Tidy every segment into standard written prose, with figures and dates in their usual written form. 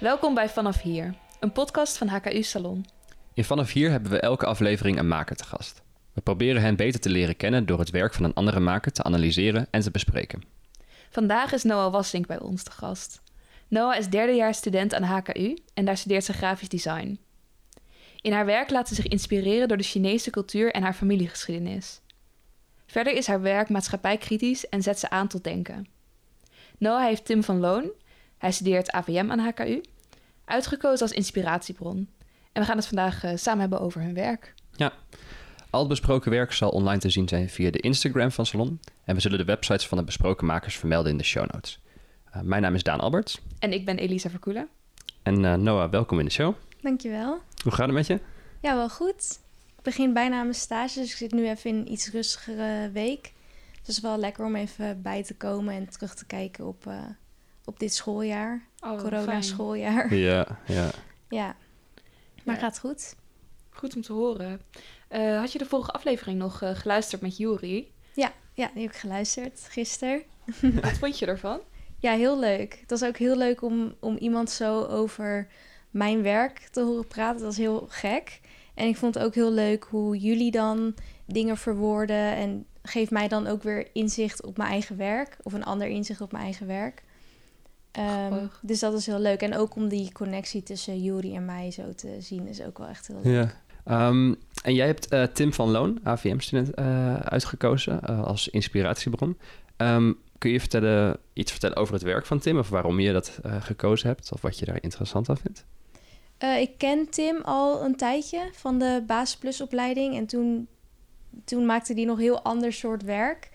Welkom bij Vanaf Hier, een podcast van HKU Salon. In Vanaf Hier hebben we elke aflevering een maker te gast. We proberen hen beter te leren kennen door het werk van een andere maker te analyseren en te bespreken. Vandaag is Noah Wassink bij ons te gast. Noah is derdejaars student aan HKU en daar studeert ze grafisch design. In haar werk laat ze zich inspireren door de Chinese cultuur en haar familiegeschiedenis. Verder is haar werk maatschappijkritisch en zet ze aan tot denken. Noah heeft Tim van Loon, hij studeert AVM aan HKU, uitgekozen als inspiratiebron. En we gaan het vandaag samen hebben over hun werk. Ja, al het besproken werk zal online te zien zijn via de Instagram van Salon. En we zullen de websites van de besproken makers vermelden in de show notes. Mijn naam is Daan Alberts. En ik ben Elisa Verkoelen. En Noah, welkom in de show. Dankjewel. Hoe gaat het met je? Ja, wel goed. Ik begin bijna aan mijn stage, dus ik zit nu even in een iets rustigere week. Dus het is wel lekker om even bij te komen en terug te kijken op dit schooljaar. Corona-schooljaar. Ja. Ja, maar Ja. gaat goed. Goed om te horen. Had je de vorige aflevering nog geluisterd met Juri? Ja, die heb ik geluisterd gisteren. Wat vond je ervan? Ja, heel leuk. Het was ook heel leuk om iemand zo over mijn werk te horen praten. Dat was heel gek. En ik vond het ook heel leuk hoe jullie dan dingen verwoorden. En geeft mij dan ook weer inzicht op mijn eigen werk. Of een ander inzicht op mijn eigen werk. Dus dat is heel leuk. En ook om die connectie tussen Juri en mij zo te zien is ook wel echt heel leuk. Ja. En jij hebt Tim van Loon, AVM-student, uitgekozen als inspiratiebron. Kun je iets vertellen over het werk van Tim? Of waarom je dat gekozen hebt? Of wat je daar interessant aan vindt? Ik ken Tim al een tijdje van de Basisplusopleiding. En toen maakte hij nog heel ander soort werk.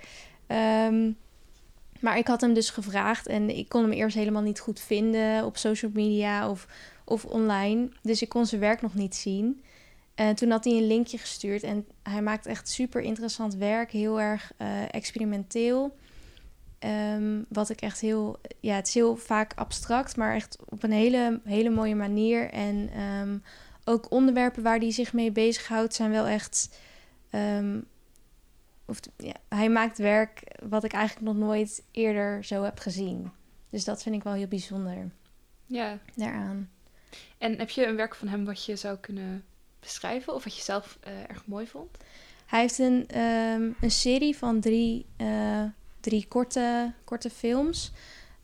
Maar ik had hem dus gevraagd en ik kon hem eerst helemaal niet goed vinden op social media of online. Dus ik kon zijn werk nog niet zien. En toen had hij een linkje gestuurd en hij maakt echt super interessant werk. Heel erg experimenteel. Wat ik echt het is heel vaak abstract, maar echt op een hele mooie manier. En ook onderwerpen waar hij zich mee bezighoudt zijn wel echt... hij maakt werk wat ik eigenlijk nog nooit eerder zo heb gezien. Dus dat vind ik wel heel bijzonder Ja. daaraan. En heb je een werk van hem wat je zou kunnen beschrijven? Of wat je zelf erg mooi vond? Hij heeft een serie van drie korte films.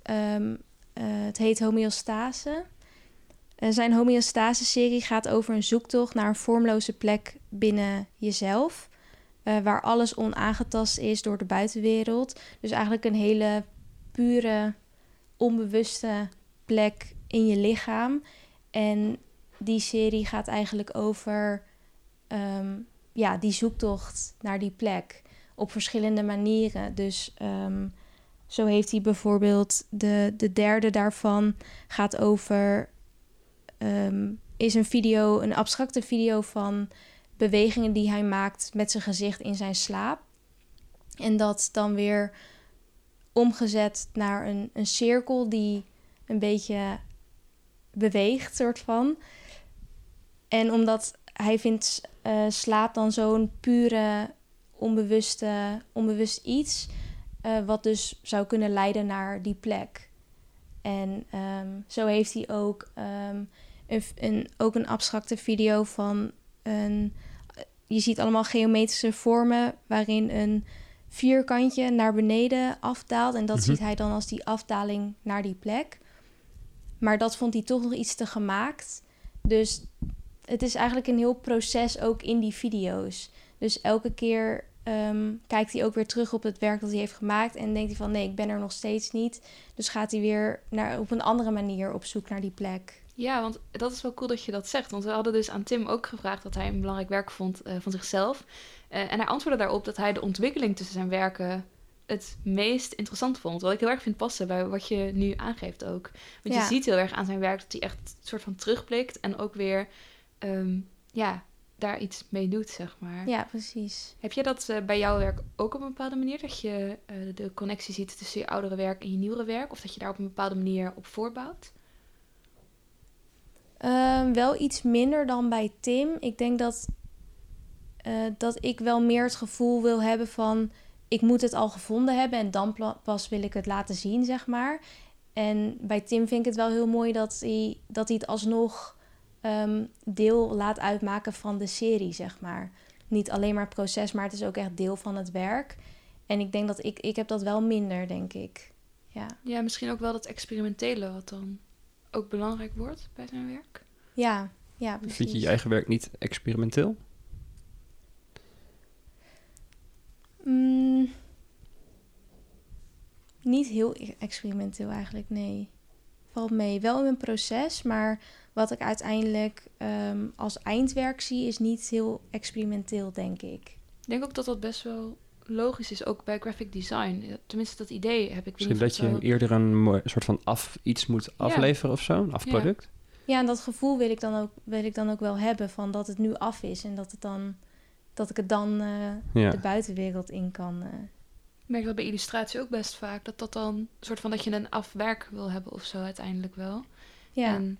Het heet Homeostase. Zijn Homeostase-serie gaat over een zoektocht naar een vormloze plek binnen jezelf. Waar alles onaangetast is door de buitenwereld. Dus eigenlijk een hele pure, onbewuste plek in je lichaam. En die serie gaat eigenlijk over die zoektocht naar die plek. Op verschillende manieren. Dus zo heeft hij bijvoorbeeld de derde daarvan gaat over... is een abstracte video van bewegingen die hij maakt met zijn gezicht in zijn slaap. En dat dan weer omgezet naar een cirkel die een beetje beweegt, soort van. En omdat hij vindt slaap dan zo'n pure, onbewust iets... wat dus zou kunnen leiden naar die plek. En zo heeft hij ook een abstracte video van je ziet allemaal geometrische vormen waarin een vierkantje naar beneden afdaalt. En dat ziet hij dan als die afdaling naar die plek. Maar dat vond hij toch nog iets te gemaakt. Dus het is eigenlijk een heel proces ook in die video's. Dus elke keer kijkt hij ook weer terug op het werk dat hij heeft gemaakt. En denkt hij van nee, ik ben er nog steeds niet. Dus gaat hij weer op een andere manier op zoek naar die plek. Ja, want dat is wel cool dat je dat zegt. Want we hadden dus aan Tim ook gevraagd dat hij een belangrijk werk vond van zichzelf. En hij antwoordde daarop dat hij de ontwikkeling tussen zijn werken het meest interessant vond. Wat ik heel erg vind passen bij wat je nu aangeeft ook. Want je ziet heel erg aan zijn werk dat hij echt een soort van terugblikt. En ook weer daar iets mee doet, zeg maar. Ja, precies. Heb je dat bij jouw werk ook op een bepaalde manier? Dat je de connectie ziet tussen je oudere werk en je nieuwere werk? Of dat je daar op een bepaalde manier op voorbouwt? Wel iets minder dan bij Tim. Ik denk dat ik wel meer het gevoel wil hebben van... ik moet het al gevonden hebben en dan pas wil ik het laten zien, zeg maar. En bij Tim vind ik het wel heel mooi dat hij het alsnog deel laat uitmaken van de serie, zeg maar. Niet alleen maar het proces, maar het is ook echt deel van het werk. En ik denk dat ik heb dat wel minder, denk ik. Ja, misschien ook wel dat experimentele wat dan ook belangrijk wordt bij zijn werk. Ja, precies. Vind je je eigen werk niet experimenteel? Niet heel experimenteel eigenlijk, nee. Valt mee. Wel in mijn proces, maar wat ik uiteindelijk als eindwerk zie is niet heel experimenteel, denk ik. Ik denk ook dat dat best wel logisch is, ook bij graphic design. Tenminste, dat idee heb ik. Misschien dat je eerder een soort van iets moet afleveren of zo, een afproduct. Ja, en dat gevoel wil ik dan ook wel hebben van dat het nu af is en dat ik het dan de buitenwereld in kan. Ik merk dat bij illustratie ook best vaak, dat dan een soort van dat je een afwerk wil hebben of zo uiteindelijk wel. Ja. En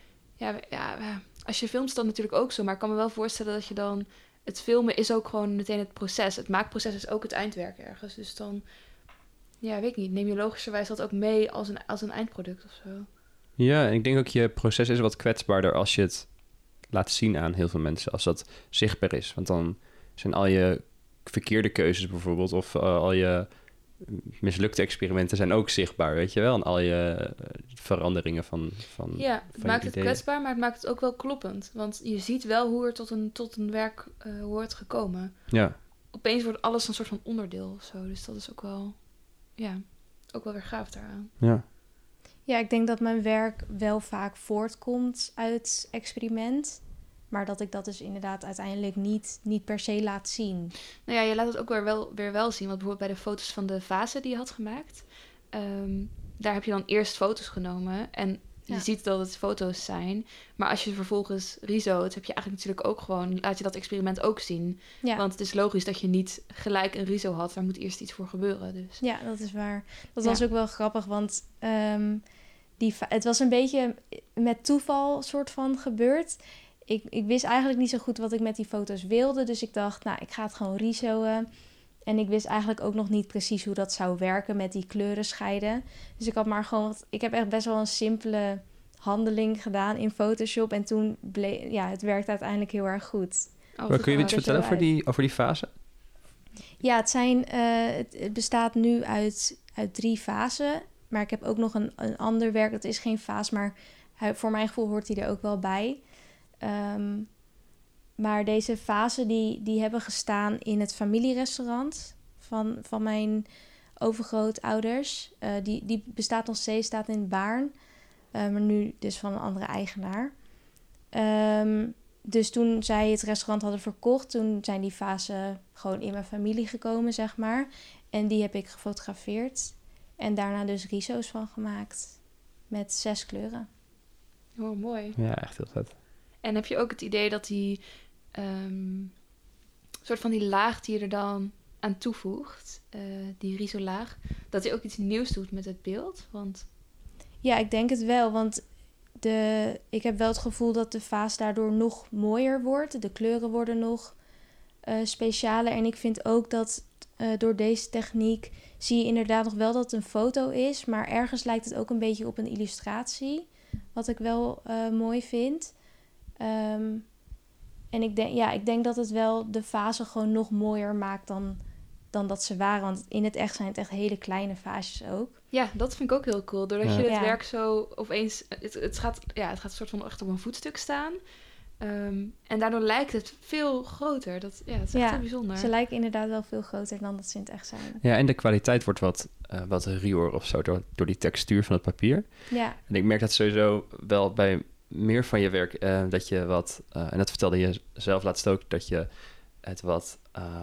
als je filmt is dat natuurlijk ook zo, maar ik kan me wel voorstellen dat je dan het filmen is ook gewoon meteen het proces. Het maakproces is ook het eindwerk ergens. Dus dan, weet ik niet, neem je logischerwijs dat ook mee als een eindproduct of zo. Ja, en ik denk ook je proces is wat kwetsbaarder als je het laat zien aan heel veel mensen. Als dat zichtbaar is. Want dan zijn al je verkeerde keuzes bijvoorbeeld of al je mislukte experimenten zijn ook zichtbaar, weet je wel? En al je veranderingen van het maakt het kwetsbaar, maar het maakt het ook wel kloppend. Want je ziet wel hoe er tot een werk wordt gekomen. Ja. Opeens wordt alles een soort van onderdeel of zo. Dus dat is ook wel, ook wel weer gaaf daaraan. Ja. Ja, ik denk dat mijn werk wel vaak voortkomt uit experiment. Maar dat ik dat dus inderdaad uiteindelijk niet per se laat zien. Nou ja, je laat het ook weer wel zien. Want bijvoorbeeld bij de foto's van de vase die je had gemaakt. Daar heb je dan eerst foto's genomen. En je ziet dat het foto's zijn. Maar als je vervolgens risoot, heb je eigenlijk natuurlijk ook gewoon... Laat je dat experiment ook zien. Ja. Want het is logisch dat je niet gelijk een riso had. Daar moet eerst iets voor gebeuren. Dus. Ja, dat is waar. Dat was ook wel grappig, want... het was een beetje met toeval soort van gebeurd. Ik wist eigenlijk niet zo goed wat ik met die foto's wilde. Dus ik dacht, ik ga het gewoon risoen. En ik wist eigenlijk ook nog niet precies hoe dat zou werken met die kleuren scheiden. Dus ik had maar gewoon... Ik heb echt best wel een simpele handeling gedaan in Photoshop. En toen het werkte uiteindelijk heel erg goed. Kun je iets vertellen over die fase? Ja, het bestaat nu uit 3 fasen. Maar ik heb ook nog een ander werk. Dat is geen fase, maar voor mijn gevoel hoort hij er ook wel bij. Maar deze fasen die hebben gestaan in het familierestaurant van mijn overgrootouders. Die bestaat nog steeds, staat in Baarn. Maar nu dus van een andere eigenaar. Dus toen zij het restaurant hadden verkocht, toen zijn die fasen gewoon in mijn familie gekomen, zeg maar. En die heb ik gefotografeerd. En daarna dus riso's van gemaakt. Met 6 kleuren. Oh, mooi. Ja, echt heel vet. En heb je ook het idee dat die... soort van die laag die je er dan aan toevoegt... die risolaag... dat die ook iets nieuws doet met het beeld? Want... Ja, ik denk het wel. Want ik heb wel het gevoel dat de vaas daardoor nog mooier wordt. De kleuren worden nog specialer. En ik vind ook dat... door deze techniek zie je inderdaad nog wel dat het een foto is. Maar ergens lijkt het ook een beetje op een illustratie. Wat ik wel mooi vind. En ik denk dat het wel de vazen gewoon nog mooier maakt dan dat ze waren. Want in het echt zijn het echt hele kleine vaasjes ook. Ja, dat vind ik ook heel cool. Doordat je het werk zo opeens... Het gaat een soort van echt op een voetstuk staan... en daardoor lijkt het veel groter. Dat is echt heel bijzonder. Ze lijken inderdaad wel veel groter dan dat ze in het echt zijn. Ja, en de kwaliteit wordt wat ruwer of zo door die textuur van het papier. Ja. En ik merk dat sowieso wel bij meer van je werk... dat je wat... en dat vertelde je zelf laatst ook... dat je het wat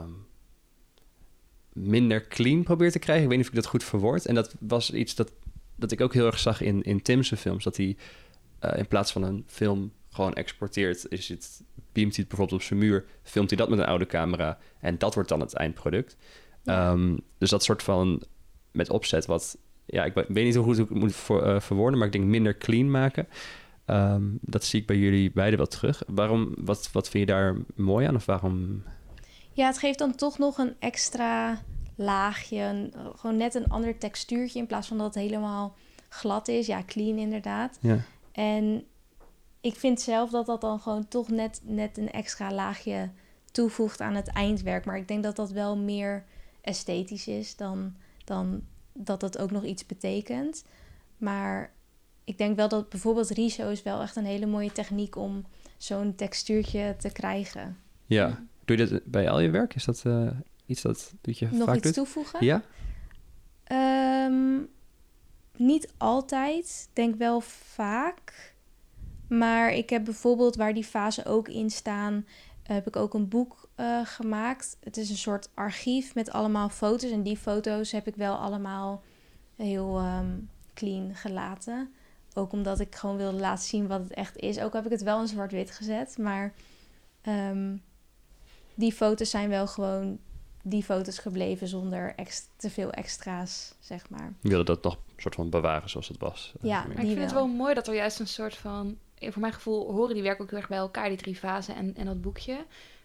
minder clean probeert te krijgen. Ik weet niet of ik dat goed verwoord. En dat was iets dat ik ook heel erg zag in Tim's films. Dat hij in plaats van een film... gewoon exporteert, beamt hij het bijvoorbeeld op zijn muur, filmt hij dat met een oude camera en dat wordt dan het eindproduct. Ja. Dus dat soort van met opzet wat, ik weet niet hoe goed ik het moet verwoorden, maar ik denk minder clean maken. Dat zie ik bij jullie beiden wel terug. Wat vind je daar mooi aan of waarom? Ja, het geeft dan toch nog een extra laagje, gewoon net een ander textuurtje in plaats van dat het helemaal glad is. Ja, clean inderdaad. Ja. En ik vind zelf dat dat dan gewoon toch net een extra laagje toevoegt aan het eindwerk. Maar ik denk dat dat wel meer esthetisch is dan dat het ook nog iets betekent. Maar ik denk wel dat bijvoorbeeld Riso is wel echt een hele mooie techniek om zo'n textuurtje te krijgen. Ja. Doe je dat bij al je werk? Is dat iets dat je Nog vaak iets doet? toevoegen? Ja? Niet altijd. Ik denk wel vaak. Maar ik heb bijvoorbeeld, waar die fasen ook in staan, heb ik ook een boek gemaakt. Het is een soort archief met allemaal foto's. En die foto's heb ik wel allemaal heel clean gelaten. Ook omdat ik gewoon wilde laten zien wat het echt is. Ook heb ik het wel in zwart-wit gezet. Maar die foto's zijn wel gewoon die foto's gebleven zonder te veel extra's, zeg maar. Je wilde dat nog een soort van bewaren zoals het was. Ja, Maar ik vind het wel mooi dat er juist een soort van... Voor mijn gevoel horen die werken ook heel erg bij elkaar, die 3 fasen en dat boekje.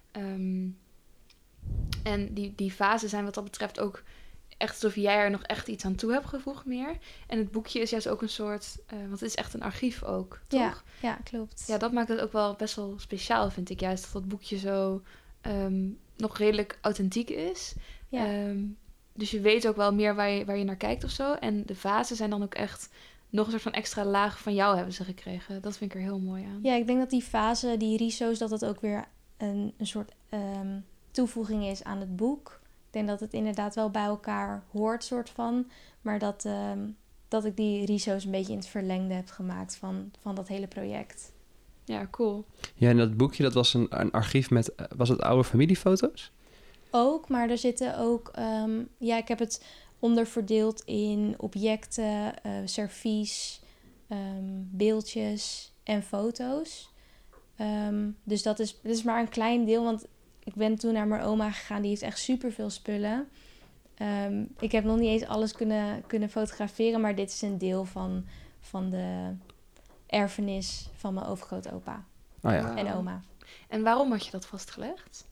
En die fasen zijn wat dat betreft ook echt alsof jij er nog echt iets aan toe hebt gevoegd meer. En het boekje is juist ook een soort... want het is echt een archief ook, toch? Ja, klopt. Ja, dat maakt het ook wel best wel speciaal, vind ik juist. Dat dat boekje zo nog redelijk authentiek is. Ja. Dus je weet ook wel meer waar je naar kijkt of zo. En de fasen zijn dan ook echt nog een soort van extra laag van jou hebben ze gekregen. Dat vind ik er heel mooi aan. Ja, ik denk dat die fase, die riso's, dat het ook weer een soort toevoeging is aan het boek. Ik denk dat het inderdaad wel bij elkaar hoort, soort van. Maar dat ik die riso's een beetje in het verlengde heb gemaakt van dat hele project. Ja, cool. Ja, en dat boekje, dat was een archief met... was het oude familiefoto's? Ook, maar er zitten ook... ik heb het onderverdeeld in objecten, servies, beeldjes en foto's. Dus dat is maar een klein deel, want ik ben toen naar mijn oma gegaan. Die heeft echt superveel spullen. Ik heb nog niet eens alles kunnen fotograferen, maar dit is een deel van de erfenis van mijn overgrootopa en oma. En waarom had je dat vastgelegd?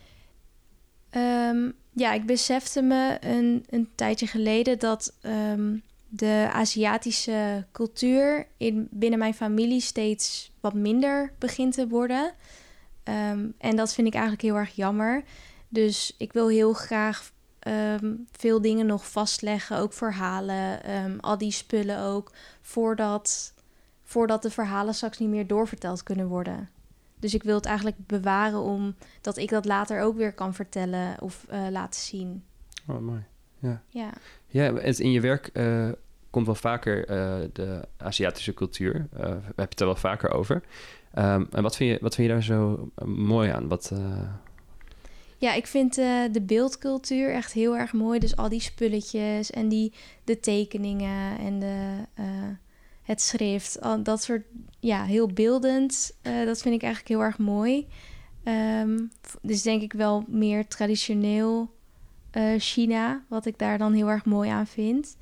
Ik besefte me een tijdje geleden dat de Aziatische cultuur binnen mijn familie steeds wat minder begint te worden. En dat vind ik eigenlijk heel erg jammer. Dus ik wil heel graag veel dingen nog vastleggen, ook verhalen, al die spullen ook, voordat de verhalen straks niet meer doorverteld kunnen worden. Dus ik wil het eigenlijk bewaren omdat ik dat later ook weer kan vertellen of laten zien. Oh, mooi. Ja. Ja, In je werk komt wel vaker de Aziatische cultuur. Heb je het er wel vaker over. En wat vind je daar zo mooi aan? Ja, ik vind de beeldcultuur echt heel erg mooi. Dus al die spulletjes en de tekeningen en het schrift. Dat soort, heel beeldend. Dat vind ik eigenlijk heel erg mooi. Dus denk ik wel meer traditioneel China, wat ik daar dan heel erg mooi aan vind.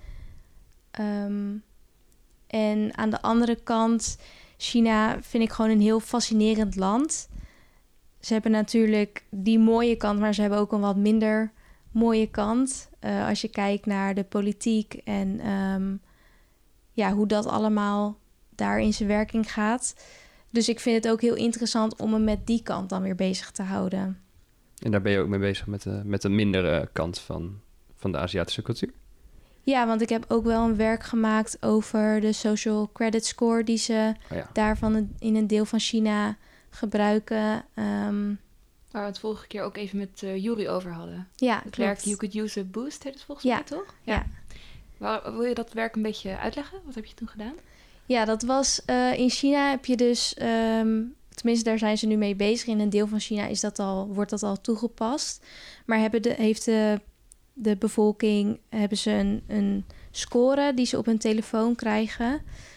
En aan de andere kant, China vind ik gewoon een heel fascinerend land. Ze hebben natuurlijk die mooie kant, maar ze hebben ook een wat minder mooie kant. Als je kijkt naar de politiek en hoe dat allemaal daar in zijn werking gaat. Dus ik vind het ook heel interessant om me met die kant dan weer bezig te houden. En daar ben je ook mee bezig met de mindere kant van de Aziatische cultuur? Ja, want ik heb ook wel een werk gemaakt over de social credit score die ze daarvan in een deel van China gebruiken. Waar we het vorige keer ook even met Yuri over hadden. Ja, het werk You Could Use a Boost heet het volgens mij, toch? Ja. Wil je dat werk een beetje uitleggen? Wat heb je toen gedaan? Ja, dat was in China heb je dus... tenminste, daar zijn ze nu mee bezig. In een deel van China wordt dat al toegepast. Maar heeft de bevolking hebben ze een score die ze op hun telefoon krijgen.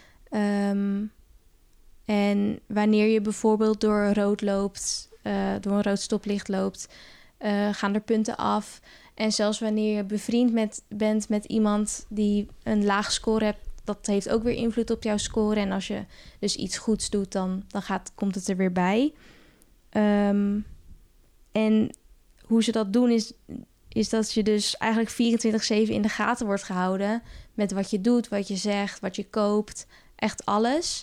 En wanneer je bijvoorbeeld door rood loopt, door een rood stoplicht loopt, gaan er punten af. En zelfs wanneer je bevriend bent met iemand die een laag score hebt, dat heeft ook weer invloed op jouw score. En als je dus iets goeds doet, dan komt het er weer bij. En hoe ze dat doen is dat je dus eigenlijk 24/7 in de gaten wordt gehouden met wat je doet, wat je zegt, wat je koopt, echt alles.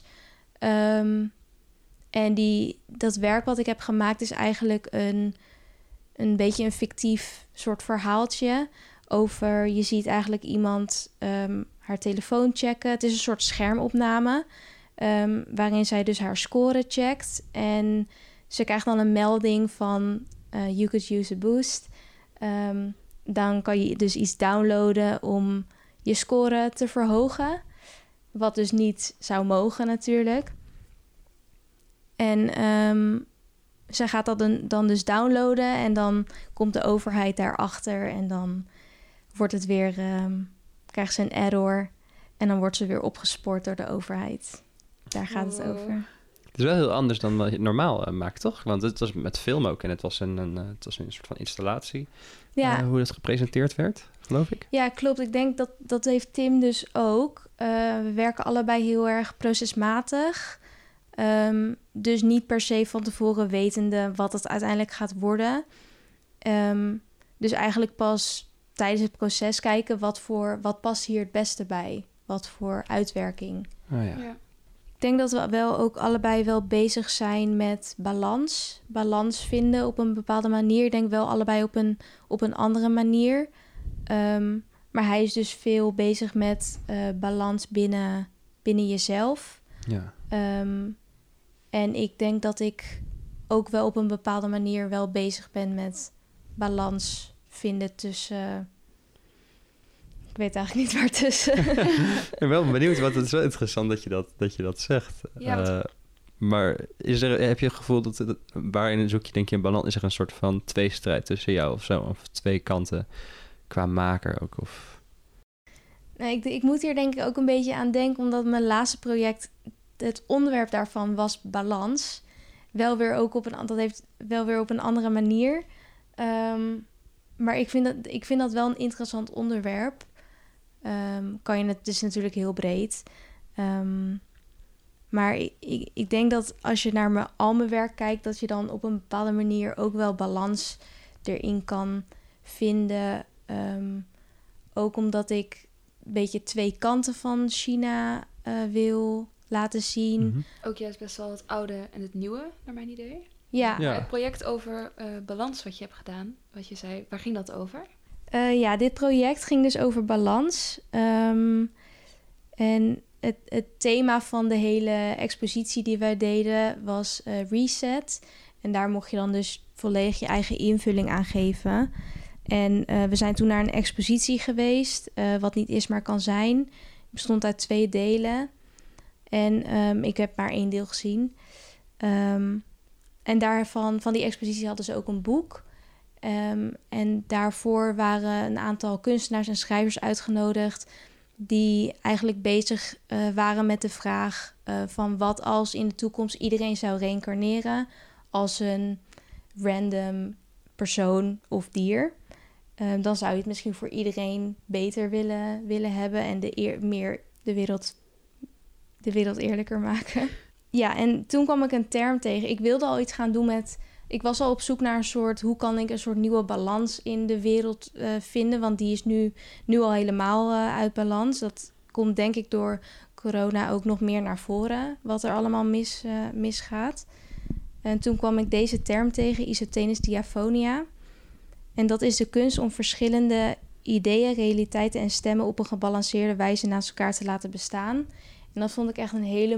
En dat werk wat ik heb gemaakt is eigenlijk een beetje een fictief soort verhaaltje over, je ziet eigenlijk iemand haar telefoon checken. Het is een soort schermopname waarin zij dus haar score checkt. En ze krijgt dan een melding van you could use a boost. Dan kan je dus iets downloaden om je score te verhogen. Wat dus niet zou mogen natuurlijk. En zij gaat dat dan dus downloaden en dan komt de overheid daarachter en dan wordt het weer, krijgt ze een error en dan wordt ze weer opgespoord door de overheid. Daar gaat het over. Het is wel heel anders dan wat je normaal maakt, toch? Want het was met film ook en het was een soort van installatie. Ja. Hoe dat gepresenteerd werd, geloof ik. Ja, klopt. Ik denk dat heeft Tim dus ook. We werken allebei heel erg procesmatig. Dus niet per se van tevoren wetende wat het uiteindelijk gaat worden. Dus eigenlijk pas tijdens het proces kijken wat past hier het beste bij. Wat voor uitwerking. Oh, ja. Ja. Ik denk dat we wel ook allebei wel bezig zijn met balans. Balans vinden op een bepaalde manier. Ik denk wel allebei op een andere manier. Maar hij is dus veel bezig met balans binnen jezelf. Ja. En ik denk dat ik ook wel op een bepaalde manier wel bezig ben met balans vinden tussen... Ik weet eigenlijk niet waartussen. Ik ben wel benieuwd, want het is wel interessant dat je dat zegt. Ja, maar heb je het gevoel waarin zoek je denk je een balans? Is er een soort van tweestrijd tussen jou of zo? Of twee kanten qua maker ook? Of... Nee, ik moet hier denk ik ook een beetje aan denken, omdat mijn laatste project, het onderwerp daarvan was balans. Dat heeft wel weer op een andere manier. Maar ik vind dat wel een interessant onderwerp. Het is natuurlijk heel breed. Maar ik denk dat als je naar al mijn werk kijkt, dat je dan op een bepaalde manier ook wel balans erin kan vinden. Ook omdat ik een beetje twee kanten van China wil laten zien. Mm-hmm. Ook juist best wel het oude en het nieuwe, naar mijn idee. Ja. Ja. Het project over balans wat je hebt gedaan, wat je zei, waar ging dat over? Dit project ging dus over balans. En het thema van de hele expositie die wij deden was reset. En daar mocht je dan dus volledig je eigen invulling aan geven. En we zijn toen naar een expositie geweest, wat niet is maar kan zijn. Het bestond uit 2 delen. En ik heb maar 1 deel gezien. En van die expositie hadden ze ook een boek. En daarvoor waren een aantal kunstenaars en schrijvers uitgenodigd die eigenlijk bezig waren met de vraag van wat als in de toekomst iedereen zou reïncarneren als een random persoon of dier. Dan zou je het misschien voor iedereen beter willen hebben en de wereld eerlijker maken. Ja, en toen kwam ik een term tegen. Ik wilde al iets gaan doen met... Ik was al op zoek naar een soort... Hoe kan ik een soort nieuwe balans in de wereld vinden? Want die is nu al helemaal uit balans. Dat komt denk ik door corona ook nog meer naar voren. Wat er allemaal misgaat. En toen kwam ik deze term tegen. Isotenes diaphonia. En dat is de kunst om verschillende ideeën, realiteiten en stemmen... op een gebalanceerde wijze naast elkaar te laten bestaan. En dat vond ik echt een hele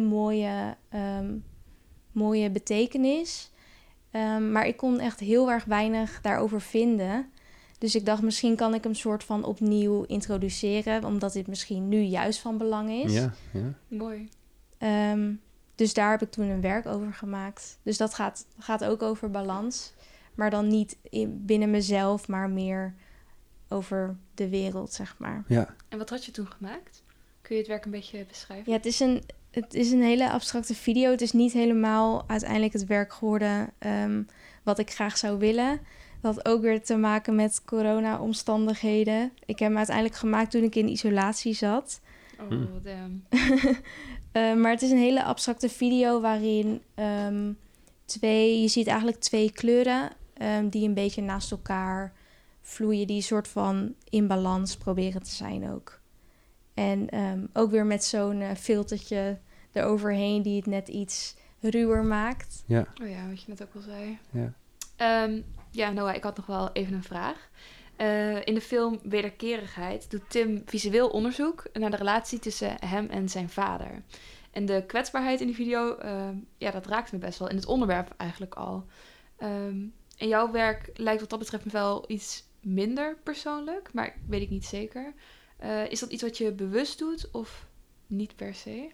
mooie betekenis. Maar ik kon echt heel erg weinig daarover vinden. Dus ik dacht, misschien kan ik hem soort van opnieuw introduceren... omdat dit misschien nu juist van belang is. Ja. Mooi. Dus daar heb ik toen een werk over gemaakt. Dus dat gaat ook over balans. Maar dan niet binnen mezelf, maar meer over de wereld, zeg maar. Ja. En wat had je toen gemaakt? Kun je het werk een beetje beschrijven? Ja, het is een hele abstracte video. Het is niet helemaal uiteindelijk het werk geworden wat ik graag zou willen. Dat had ook weer te maken met corona-omstandigheden. Ik heb hem uiteindelijk gemaakt toen ik in isolatie zat. Oh, damn. Maar het is een hele abstracte video waarin je ziet eigenlijk 2 kleuren... die een beetje naast elkaar vloeien die soort van in balans proberen te zijn ook. En ook weer met zo'n filtertje eroverheen die het net iets ruwer maakt. Ja. Oh ja, wat je net ook al zei. Ja. Noah, ik had nog wel even een vraag. In de film Wederkerigheid doet Tim visueel onderzoek naar de relatie tussen hem en zijn vader. En de kwetsbaarheid in die video, dat raakt me best wel. In het onderwerp eigenlijk al. En jouw werk lijkt wat dat betreft me wel iets minder persoonlijk, maar weet ik niet zeker. Is dat iets wat je bewust doet of niet per se?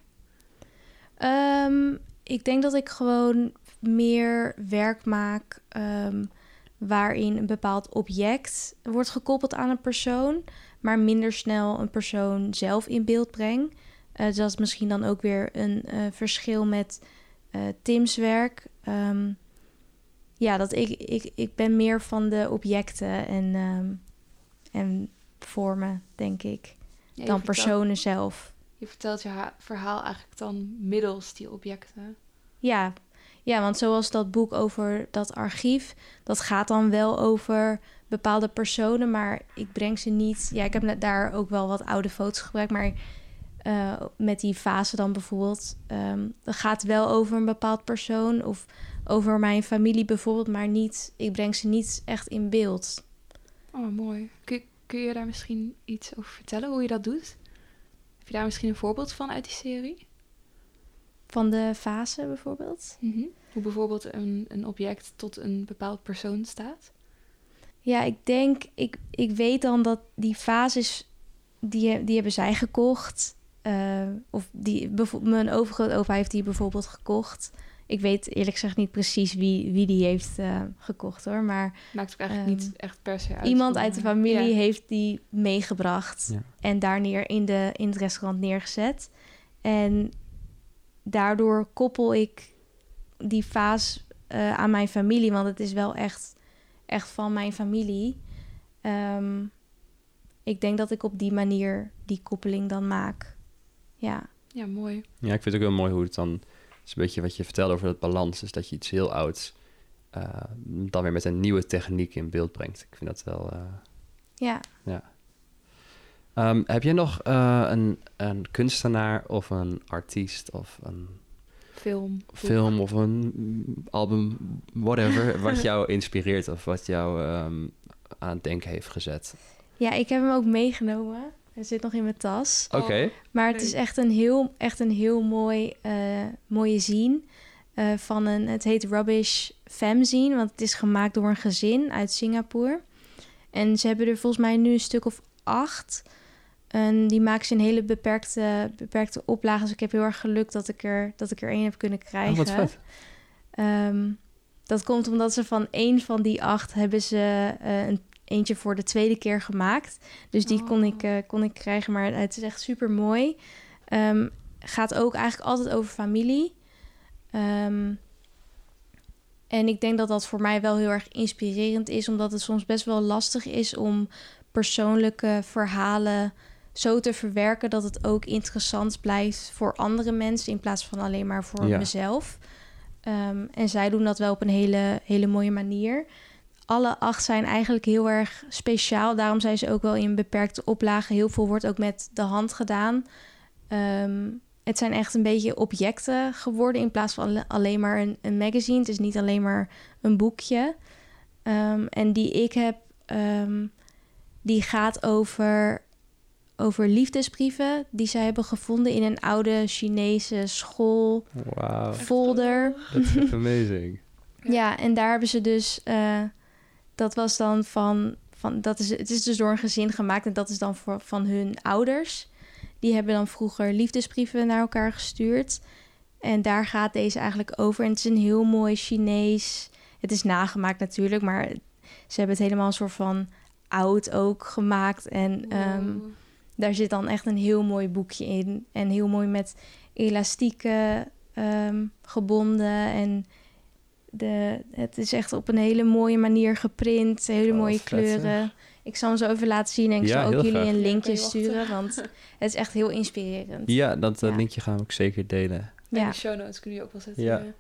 Ik denk dat ik gewoon meer werk maak waarin een bepaald object wordt gekoppeld aan een persoon, maar minder snel een persoon zelf in beeld breng. Dus dat is misschien dan ook weer een verschil met Tim's werk. Dat ik ben meer van de objecten en vormen, denk ik, dan personen zelf. Je vertelt je verhaal eigenlijk dan middels die objecten. Ja, want zoals dat boek over dat archief, dat gaat dan wel over bepaalde personen, maar ik breng ze niet. Ja, ik heb daar ook wel wat oude foto's gebruikt, maar met die fase dan bijvoorbeeld, dat gaat wel over een bepaald persoon of over mijn familie bijvoorbeeld, maar niet. Ik breng ze niet echt in beeld. Oh, mooi. Kun je daar misschien iets over vertellen, hoe je dat doet? Heb je daar misschien een voorbeeld van uit die serie? Van de fase bijvoorbeeld? Mm-hmm. Hoe bijvoorbeeld een object tot een bepaald persoon staat? Ja, ik denk, ik weet dan dat die fases, die hebben zij gekocht. Of mijn overgrootopa heeft die bijvoorbeeld gekocht. Ik weet eerlijk gezegd niet precies wie die heeft gekocht hoor. Maar maakt ook eigenlijk niet echt per se uit. Iemand uit de familie heeft die meegebracht. Ja. En daar in het restaurant neergezet. En daardoor koppel ik die vaas aan mijn familie. Want het is wel echt van mijn familie. Ik denk dat ik op die manier die koppeling dan maak. Ja. Ja, mooi. Ja, ik vind het ook heel mooi hoe het dan... Het is een beetje wat je vertelde over het balans. Dus dat je iets heel ouds dan weer met een nieuwe techniek in beeld brengt. Ik vind dat wel... Ja. Heb jij nog een kunstenaar of een artiest of een... film of een album, whatever... wat jou inspireert of wat jou aan het denken heeft gezet? Ja, ik heb hem ook meegenomen. Hij zit nog in mijn tas. Oké. Maar het is echt een heel mooie zine. Het heet Rubbish Femzine, want het is gemaakt door een gezin uit Singapore. En ze hebben er volgens mij nu een stuk of 8. En die maken ze in hele beperkte oplagen. Dus ik heb heel erg geluk dat ik er 1 heb kunnen krijgen. Oh, wat vet. Dat komt omdat ze van 1 van die 8 hebben ze eentje voor de 2e keer gemaakt. Dus die kon ik krijgen, maar het is echt super mooi. Gaat ook eigenlijk altijd over familie. En ik denk dat dat voor mij wel heel erg inspirerend is, omdat het soms best wel lastig is om persoonlijke verhalen zo te verwerken dat het ook interessant blijft voor andere mensen in plaats van alleen maar voor mezelf. En zij doen dat wel op een hele mooie manier. Alle 8 zijn eigenlijk heel erg speciaal. Daarom zijn ze ook wel in beperkte oplagen. Heel veel wordt ook met de hand gedaan. Het zijn echt een beetje objecten geworden in plaats van alleen maar een magazine. Het is niet alleen maar een boekje. En die ik heb, die gaat over liefdesbrieven die zij hebben gevonden in een oude Chinese school folder. Dat is echt amazing. Ja, en daar hebben ze dus... dat was dan het is dus door een gezin gemaakt en dat is dan van hun ouders. Die hebben dan vroeger liefdesbrieven naar elkaar gestuurd. En daar gaat deze eigenlijk over. En het is een heel mooi Chinees... Het is nagemaakt natuurlijk, maar ze hebben het helemaal een soort van oud ook gemaakt. En daar zit dan echt een heel mooi boekje in. En heel mooi met elastieken gebonden. En het is echt op een hele mooie manier geprint. Hele mooie kleuren. Ik zal hem zo even laten zien en ik zal ook jullie een linkje sturen. Want het is echt heel inspirerend. Ja, dat linkje gaan we ook zeker delen. In de show notes kun je ook wel zetten. Ja.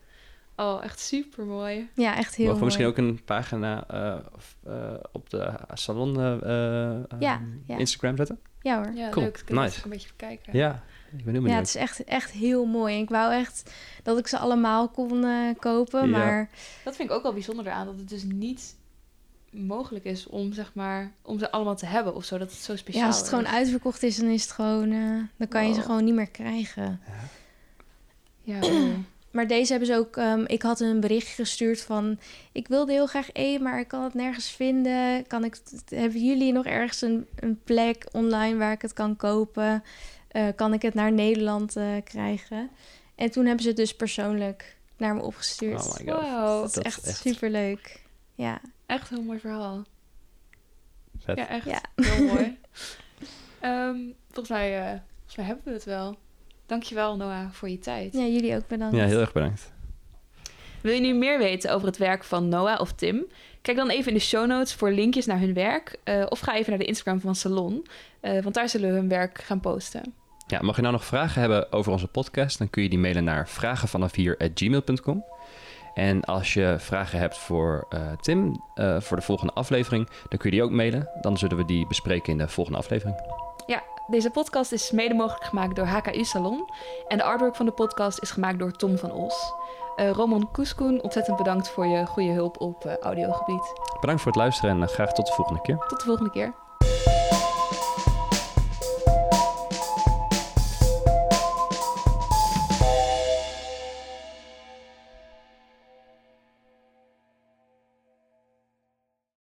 Oh, echt super mooi. Ja, echt heel Mogen we mooi. misschien ook een pagina op de salon Ja. Instagram zetten? Ja hoor. Ja, Cool. leuk. Ik kan het Nice. ook een beetje bekijken. Ja, ik ben heel Ja, benieuwd. het is echt heel mooi. Ik wou echt dat ik ze allemaal kon kopen, Ja. maar Dat vind ik ook wel bijzonder eraan, dat het dus niet mogelijk is om, zeg maar, om ze allemaal te hebben of zo, dat het zo speciaal ja, als het is. gewoon uitverkocht is, dan is het gewoon, dan kan je ze Wow. gewoon niet meer krijgen. Ja, mooi. Maar deze hebben ze ook, ik had een berichtje gestuurd van, ik wilde heel graag één, maar ik kan het nergens vinden. Hebben jullie nog ergens een plek online waar ik het kan kopen? Kan ik het naar Nederland krijgen? En toen hebben ze het dus persoonlijk naar me opgestuurd. Oh my god. Wow, Dat is echt superleuk. Ja. echt een heel mooi verhaal. Vet. Ja, echt Ja. heel mooi. Volgens mij hebben we het wel. Dankjewel, Noah, voor je tijd. Ja, jullie ook bedankt. Ja, heel erg bedankt. Wil je nu meer weten over het werk van Noah of Tim? Kijk dan even in de show notes voor linkjes naar hun werk. Of ga even naar de Instagram van Salon. Want daar zullen we hun werk gaan posten. Ja, mag je nou nog vragen hebben over onze podcast, dan kun je die mailen naar vragenvanaf4@gmail.com. En als je vragen hebt voor Tim, voor de volgende aflevering, dan kun je die ook mailen. Dan zullen we die bespreken in de volgende aflevering. Ja, deze podcast is mede mogelijk gemaakt door HKU Salon. En de artwork van de podcast is gemaakt door Tom van Os. Roman Koeskoen, ontzettend bedankt voor je goede hulp op audiogebied. Bedankt voor het luisteren en graag tot de volgende keer. Tot de volgende keer.